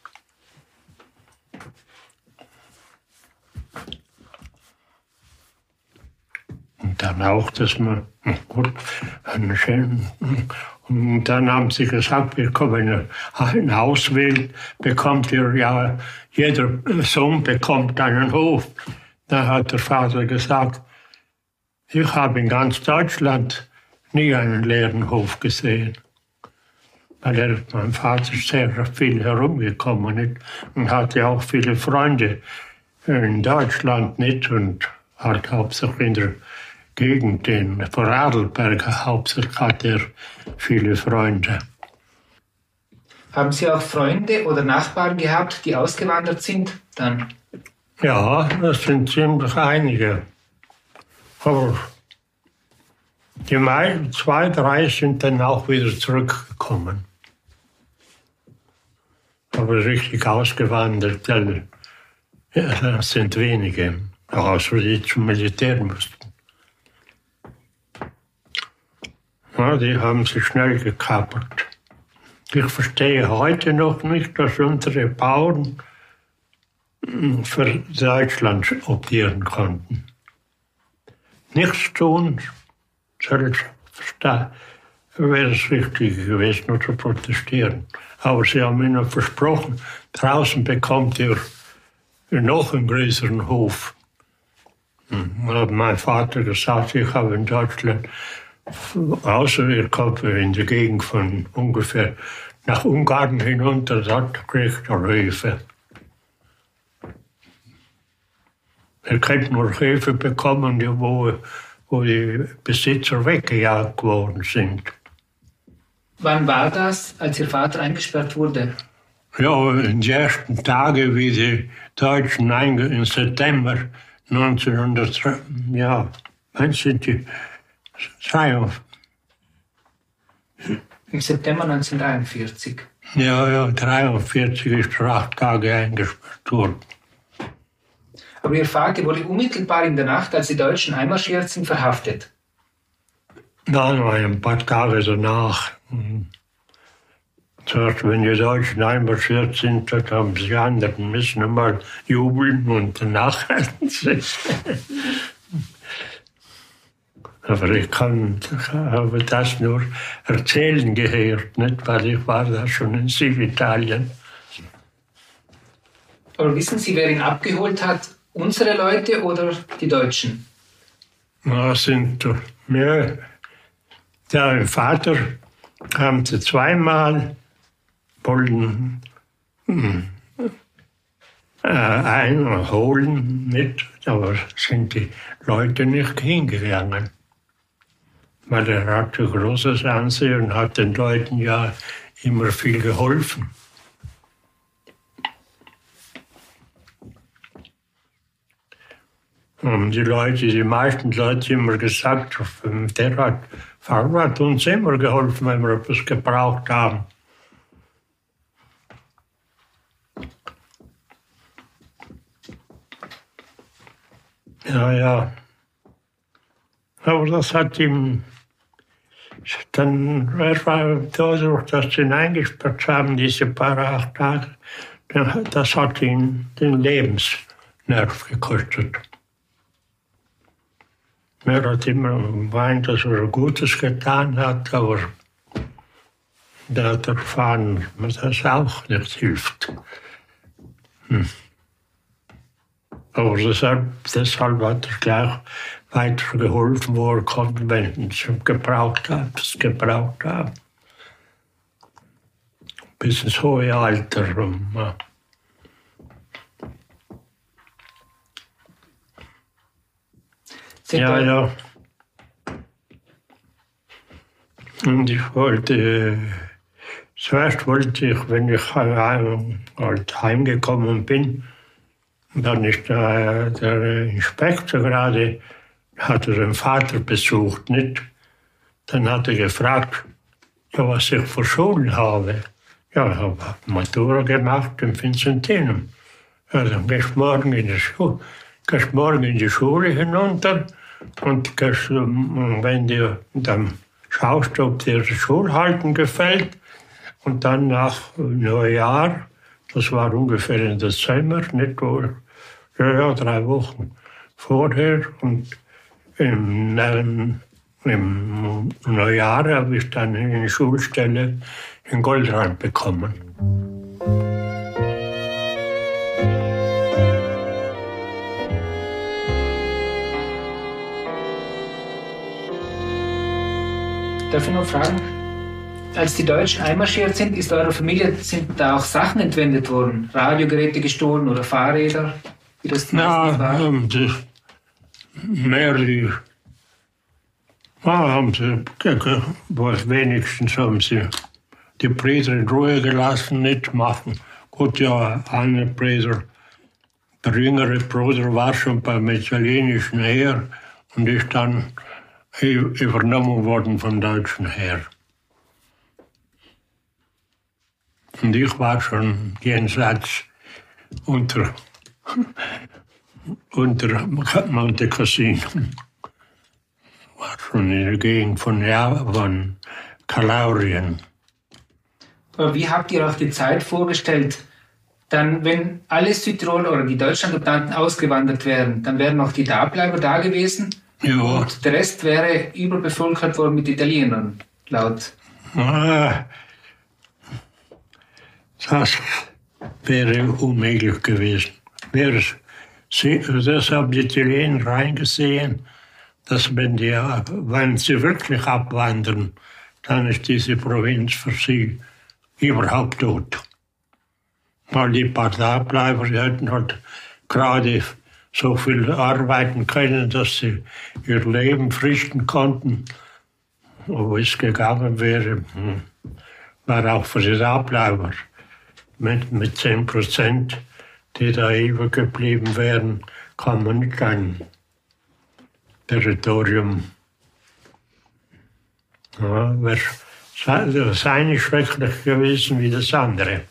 S6: Und dann auch, dass man, gut, einen schönen, und dann haben sie gesagt, wenn ihr ein Haus wählt, bekommt ihr ja, jeder Sohn bekommt einen Hof. Da hat der Vater gesagt, ich habe in ganz Deutschland nie einen leeren Hof gesehen. Weil er, mein Vater ist sehr viel herumgekommen nicht? Und hatte auch viele Freunde in Deutschland nicht und hat hauptsächlich in der Gegend, in Vorarlberg, hauptsächlich hat er viele Freunde.
S5: Haben Sie auch Freunde oder Nachbarn gehabt, die ausgewandert sind dann?
S6: Ja, das sind ziemlich einige. Aber die meisten, zwei, drei sind dann auch wieder zurückgekommen. Aber richtig ausgewandert, ja, das sind wenige, außer die zum Militär mussten. Ja, die haben sie schnell gekapert. Ich verstehe heute noch nicht, dass unsere Bauern für Deutschland optieren konnten. Nichts tun, selbst wäre es richtig gewesen, nur zu protestieren. Aber sie haben ihnen versprochen, draußen bekommt ihr noch einen größeren Hof. Und hat mein Vater gesagt, ich habe in Deutschland, außer ihr kommt in der Gegend von ungefähr nach Ungarn hinunter, dort kriegt ihr Höfe. Ihr könnt nur Höfe bekommen, wo, wo die Besitzer weggejagt worden sind.
S5: Wann war das, als Ihr Vater eingesperrt wurde?
S6: Ja, in den ersten Tagen, wie die Deutschen im September neunzehnhundert, ja, wann sind die?
S5: Im September neunzehnhundertdreiundvierzig.
S6: Ja, ja, dreiundvierzig ist er acht Tage eingesperrt worden.
S5: Aber Ihr Vater wurde unmittelbar in der Nacht, als die Deutschen einmarschiert sind, verhaftet.
S6: Nein, ein paar Tage danach. Zuerst, wenn die Deutschen einmarschiert sind, dann haben die anderen müssen einmal jubeln und danach hatten sie. Aber ich kann, habe das nur erzählen gehört, nicht? Weil ich war da schon in Süditalien.
S5: Aber wissen Sie, wer ihn abgeholt hat? Unsere Leute oder die Deutschen?
S6: Ja, sind mehr. Der Vater kam sie zweimal, wollten äh, einen holen mit, aber sind die Leute nicht hingegangen. Weil er hatte großes Ansehen und hat den Leuten ja immer viel geholfen. Und die Leute, die meisten Leute immer gesagt, der hat, Vater hat uns immer geholfen, wenn wir etwas gebraucht haben. Ja, ja. Aber das hat ihm dann, er war dadurch, dass sie ihn eingesperrt haben, diese paar acht Tage, das hat ihn den Lebensnerv gekostet. Er hat immer gemeint, dass er Gutes getan hat, aber da hat er erfahren, dass das auch nicht hilft. Hm. Aber deshalb, deshalb hat er gleich weiter geholfen, wo er konnte, wenn sie gebraucht haben, es gebraucht haben. Bis ins hohe Alter rum. Ja. Ja, ja. Und ich wollte, zuerst wollte ich, wenn ich halt heimgekommen bin, dann ist der, der Inspektor gerade, hatte den Vater besucht, nicht? Dann hat er gefragt, ja, was ich für Schulen habe. Ja, ich habe Matura gemacht in Vincentinum. Ja, dann gehst du morgen in die Schule, gehst morgen in die Schule hinunter und gehst, wenn dir, dann schaust du, ob dir das Schulhalten gefällt. Und dann nach Neujahr, das war ungefähr im Dezember, nicht wohl, ja, ja, drei Wochen vorher. Und im, im, im Neujahr habe ich dann eine Schulstelle in Goldrand bekommen.
S5: Darf ich noch fragen? Als die Deutschen einmarschiert sind, ist eurer Familie, sind da auch Sachen entwendet worden? Radiogeräte gestohlen oder Fahrräder? Wie das
S6: Na, haben sie mehrere. Ja, haben sie, wenigstens haben sie die Brüder in Ruhe gelassen, nicht machen. Gut, ja, eine Brüder, der jüngere Bruder war schon beim italienischen Heer und ist dann übernommen worden vom deutschen Heer. Und ich war schon jenseits unter, unter Monte Cassino. War schon in der Gegend von, ja, von Kalabrien.
S5: Aber wie habt ihr euch die Zeit vorgestellt? Dann, wenn alle Südtiroler oder die Deutschlandadoptanten ausgewandert wären, dann wären noch die Dableiber da gewesen?
S6: Ja.
S5: Und der Rest wäre überbevölkert worden mit Italienern, laut.
S6: Ah, das wäre unmöglich gewesen. Wäre das haben die Italiener reingesehen, dass wenn, die, wenn sie wirklich abwandern, dann ist diese Provinz für sie überhaupt tot. Weil die paar Dableiber, die hätten halt gerade so viel arbeiten können, dass sie ihr Leben fristen konnten. Wo es gegangen wäre, war auch für die Dableiber. Mit, mit zehn Prozent, die da übergeblieben wären, kann man nicht ein Territorium. Ja, wäre das eine schrecklich gewesen wie das andere.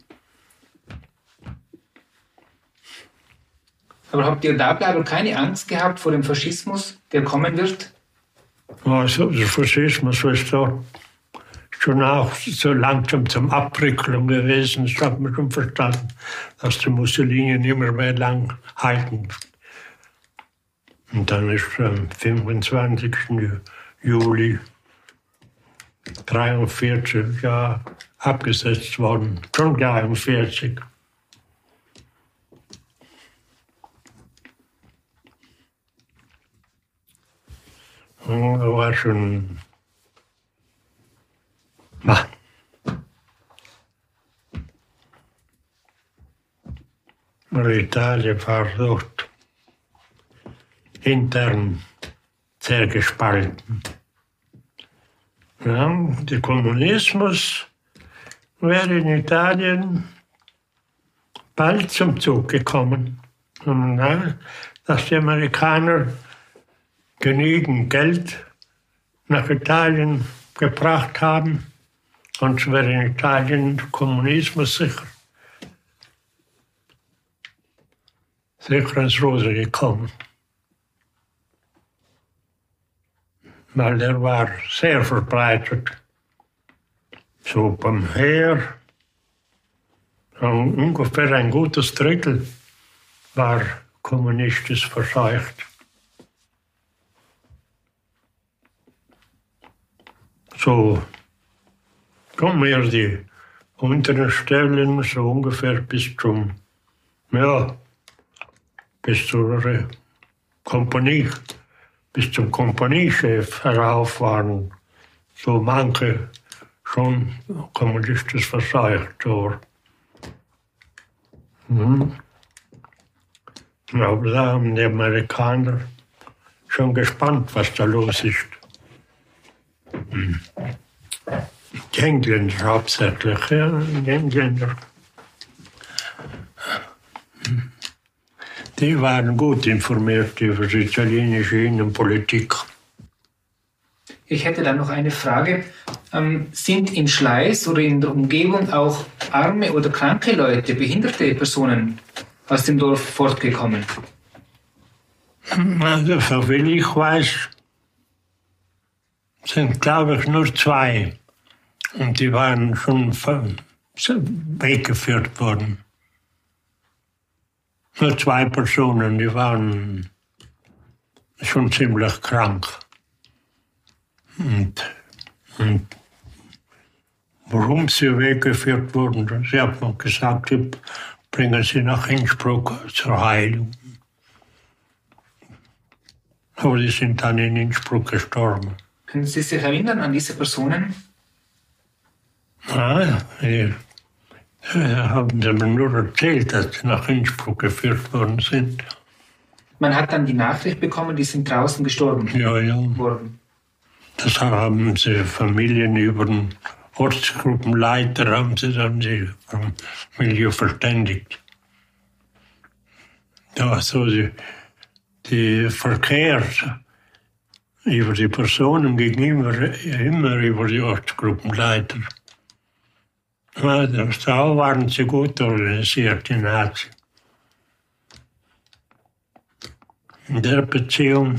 S5: Aber habt ihr Dableiber keine Angst gehabt vor dem Faschismus, der kommen wird?
S6: Also der Faschismus ist dort schon auch so langsam zum Abbrickeln gewesen. Das hat man schon verstanden, dass die Mussolini nicht mehr, mehr lang halten. Und dann ist am fünfundzwanzigsten Juli dreiundvierzig ja, abgesetzt worden. Schon dreiundvierzig. Und da war schon. Na. Italien war dort intern sehr gespalten. Ja, der Kommunismus wäre in Italien bald zum Zug gekommen. Und, ja, dass die Amerikaner genügend Geld nach Italien gebracht haben, sonst wäre in Italien der Kommunismus sicher, sicher ins Rose gekommen. Weil der war sehr verbreitet. So beim Heer, ungefähr ein gutes Drittel war kommunistisch verseucht. So kommen wir die unteren Stellen so ungefähr bis zum, ja, bis zur Kompanie, bis zum Kompaniechef herauf waren so manche schon kommunistisch verseucht. Mhm. Aber da haben die Amerikaner schon gespannt, was da los ist. Mhm. Die Engländer hauptsächlich, ja, die Engländer. Die waren gut informiert über die italienische Innenpolitik.
S5: Ich hätte dann noch eine Frage. Ähm, sind in Schleiß oder in der Umgebung auch arme oder kranke Leute, behinderte Personen aus dem Dorf fortgekommen?
S6: Also, soviel ich weiß, sind, glaube ich, nur zwei. Und die waren schon weggeführt worden. Nur zwei Personen, die waren schon ziemlich krank. Und, und warum sie weggeführt wurden, sie haben mir gesagt, ich bringe sie nach Innsbruck zur Heilung. Aber die sind dann in Innsbruck gestorben.
S5: Können Sie sich erinnern an diese Personen?
S6: Ja, die haben sie mir nur erzählt, dass sie nach Innsbruck geführt worden sind.
S5: Man hat dann die Nachricht bekommen, die sind draußen gestorben
S6: ja, ja.
S5: worden.
S6: Das haben sie Familien über den Ortsgruppenleiter, haben sie dann die Familie verständigt. Ja, so die, die Verkehr über die Personen ging immer, immer über die Ortsgruppenleiter. Ja, da waren sie gut organisiert, die Nazis. In der Beziehung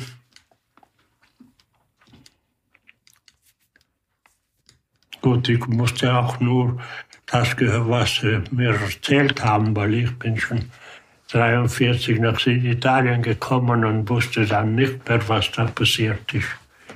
S6: gut, ich musste auch nur das gehören, was sie mir erzählt haben, weil ich bin schon dreiundvierzig nach Süditalien gekommen und wusste dann nicht mehr, was da passiert ist.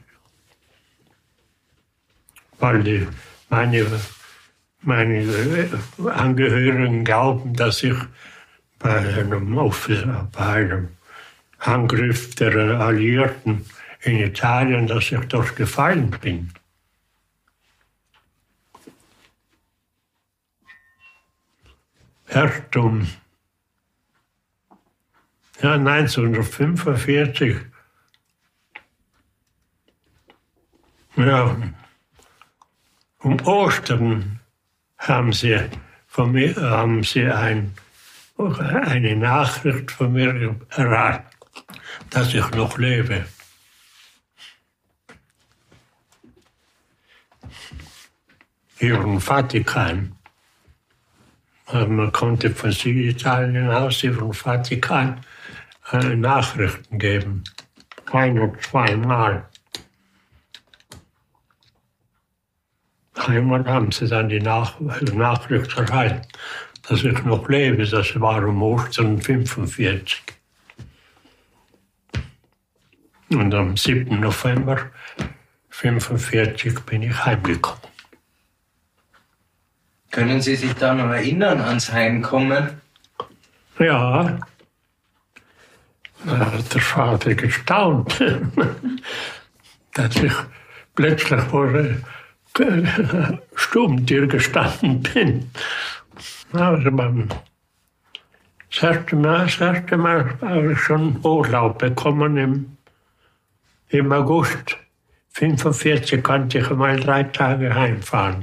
S6: Weil die, meine, meine Angehörigen glauben, dass ich bei einem, bei einem Angriff der Alliierten in Italien, dass ich dort gefallen bin. Erst um ja, neunzehnhundertfünfundvierzig, ja, um Ostern haben sie, von mir, haben sie ein, eine Nachricht von mir erhalten, dass ich noch lebe. Hier im Vatikan. Man konnte von Süditalien aus über den Vatikan äh, Nachrichten geben. Ein oder zweimal. Einmal haben sie dann die Nach Nachricht erhalten, dass ich noch lebe. Das war um Ostern fünfundvierzig. Und am siebten November neunzehnhundertfünfundvierzig bin ich heimgekommen.
S7: Können Sie sich da noch erinnern ans Heimkommen?
S6: Ja, da hat der Vater gestaunt, dass ich plötzlich vor der Stubentür gestanden bin. Also beim das erste Mal, das erste Mal habe ich schon Urlaub bekommen im, im August. fünfundvierzig konnte ich mal drei Tage heimfahren.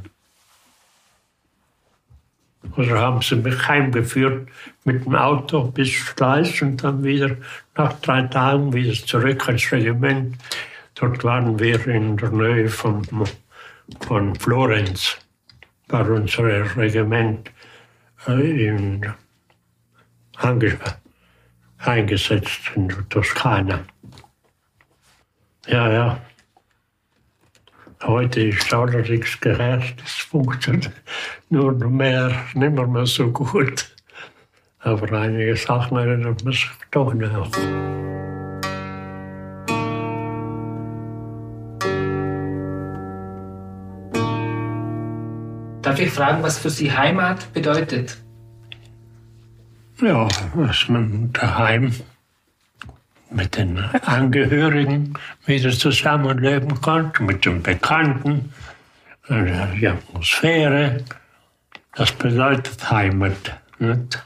S6: Also haben sie mich heimgeführt mit dem Auto bis Schleiß und dann wieder nach drei Tagen wieder zurück ins Regiment. Dort waren wir in der Nähe von, von Florenz, war unser Regiment äh, in, ange, eingesetzt in der Toskana. Ja, ja. Heute ist allerdings gerecht, es funktioniert nur mehr, nicht mehr, mehr so gut. Aber einige Sachen erinnert man sich doch noch.
S5: Darf ich fragen, was für Sie Heimat bedeutet?
S6: Ja, dass man daheim mit den Angehörigen wieder zusammenleben konnte, mit den Bekannten, die Atmosphäre. Das bedeutet Heimat. Nicht?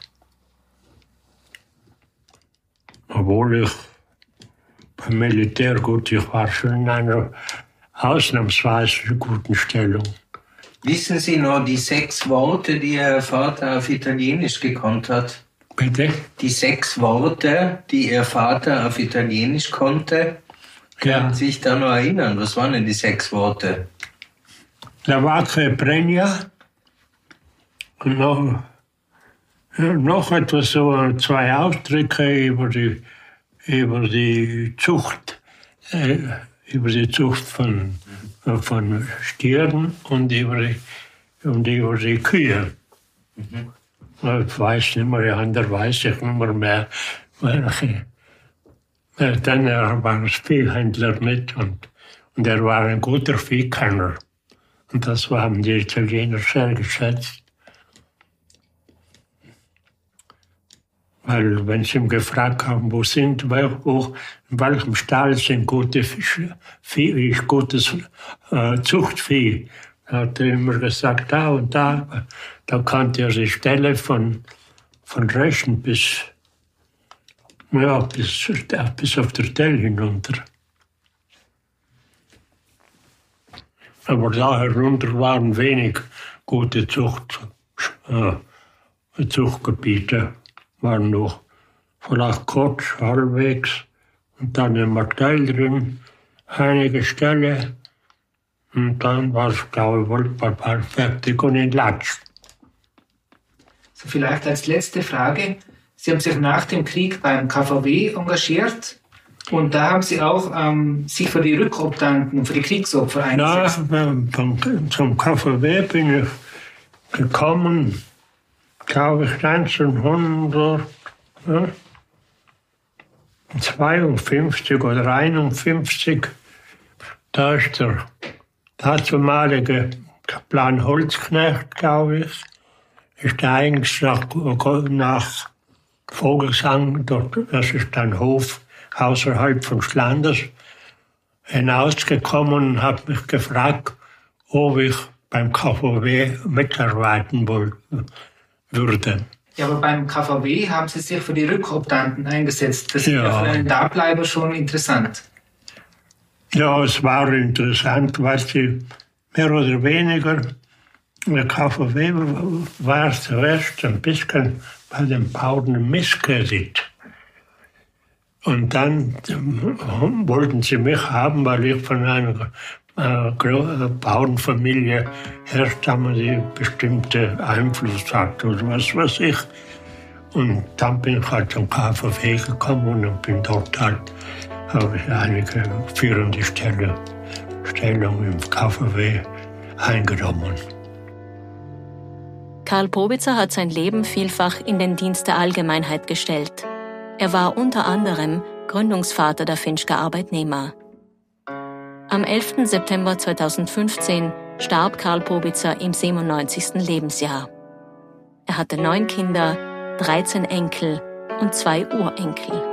S6: Obwohl ich beim Militär, gut, ich war schon in einer ausnahmsweise guten Stellung.
S7: Wissen Sie noch die sechs Worte, die Ihr Vater auf Italienisch gekonnt hat?
S6: Bitte?
S7: Die sechs Worte, die Ihr Vater auf Italienisch konnte, können
S6: Ja.
S7: Sie sich da noch erinnern? Was waren denn die sechs Worte?
S6: La Vaca Prenia und noch, ja, noch etwas, so zwei Ausdrücke über die, über die Zucht, äh, über die Zucht von, von Stieren und über die, und über die Kühe. Mhm. Ich weiß nicht mehr, die andere weiß ich nicht mehr, mehr welche. Dann war ein Viehhändler mit und, und er war ein guter Viehkenner. Und das haben die Italiener sehr geschätzt. Weil wenn sie ihn gefragt haben, wo sind, wo, in welchem Stall sind gute Fische, Vieh, ist gutes äh, Zuchtvieh, hat er immer gesagt, da und da. Da kannte er die Stelle von, von Reschen bis, ja, bis, bis auf der Tell hinunter. Aber da herunter waren wenig gute Zucht, äh, Zuchtgebiete. Waren noch vielleicht kurz, halbwegs. Und dann im Martell drin, einige Stellen. Und dann war es, glaube ich, wohl fertig und in Latsch.
S5: So vielleicht als letzte Frage. Sie haben sich nach dem Krieg beim K V W engagiert und da haben Sie auch ähm, sich für die Rückobdanten und für die Kriegsopfer eingesetzt.
S6: Ja, zum K V W bin ich gekommen, glaube ich, neunzehnhundertzweiundfünfzig oder einundfünfzig. Da ist der damalige Kaplan Holzknecht, glaube ich, ist eigentlich nach, nach Vogelsang, dort, das ist ein Hof außerhalb von Schlanders, hinausgekommen und hat mich gefragt, ob ich beim K V W mitarbeiten wollte, würde.
S5: Ja, aber beim K V W haben Sie sich für die Rückobdanten eingesetzt. Das ist ja,
S6: Ja.
S5: für einen Dableiber schon interessant.
S6: Ja, es war interessant, weil sie mehr oder weniger, der K V W war zuerst ein bisschen bei den Bauern Misskredit. Und dann ähm, wollten sie mich haben, weil ich von einer äh, Bauernfamilie herstamme, die bestimmte Einfluss hat oder was weiß ich. Und dann bin ich halt zum K V W gekommen und bin dort halt, habe ich einige führende Stelle, Stellungen im K V W eingenommen.
S4: Karl Probitzer hat sein Leben vielfach in den Dienst der Allgemeinheit gestellt. Er war unter anderem Gründungsvater der Finchker Arbeitnehmer. Am elften September zweitausendfünfzehn starb Karl Pobitzer im siebenundneunzigsten Lebensjahr. Er hatte neun Kinder, dreizehn Enkel und zwei Urenkel.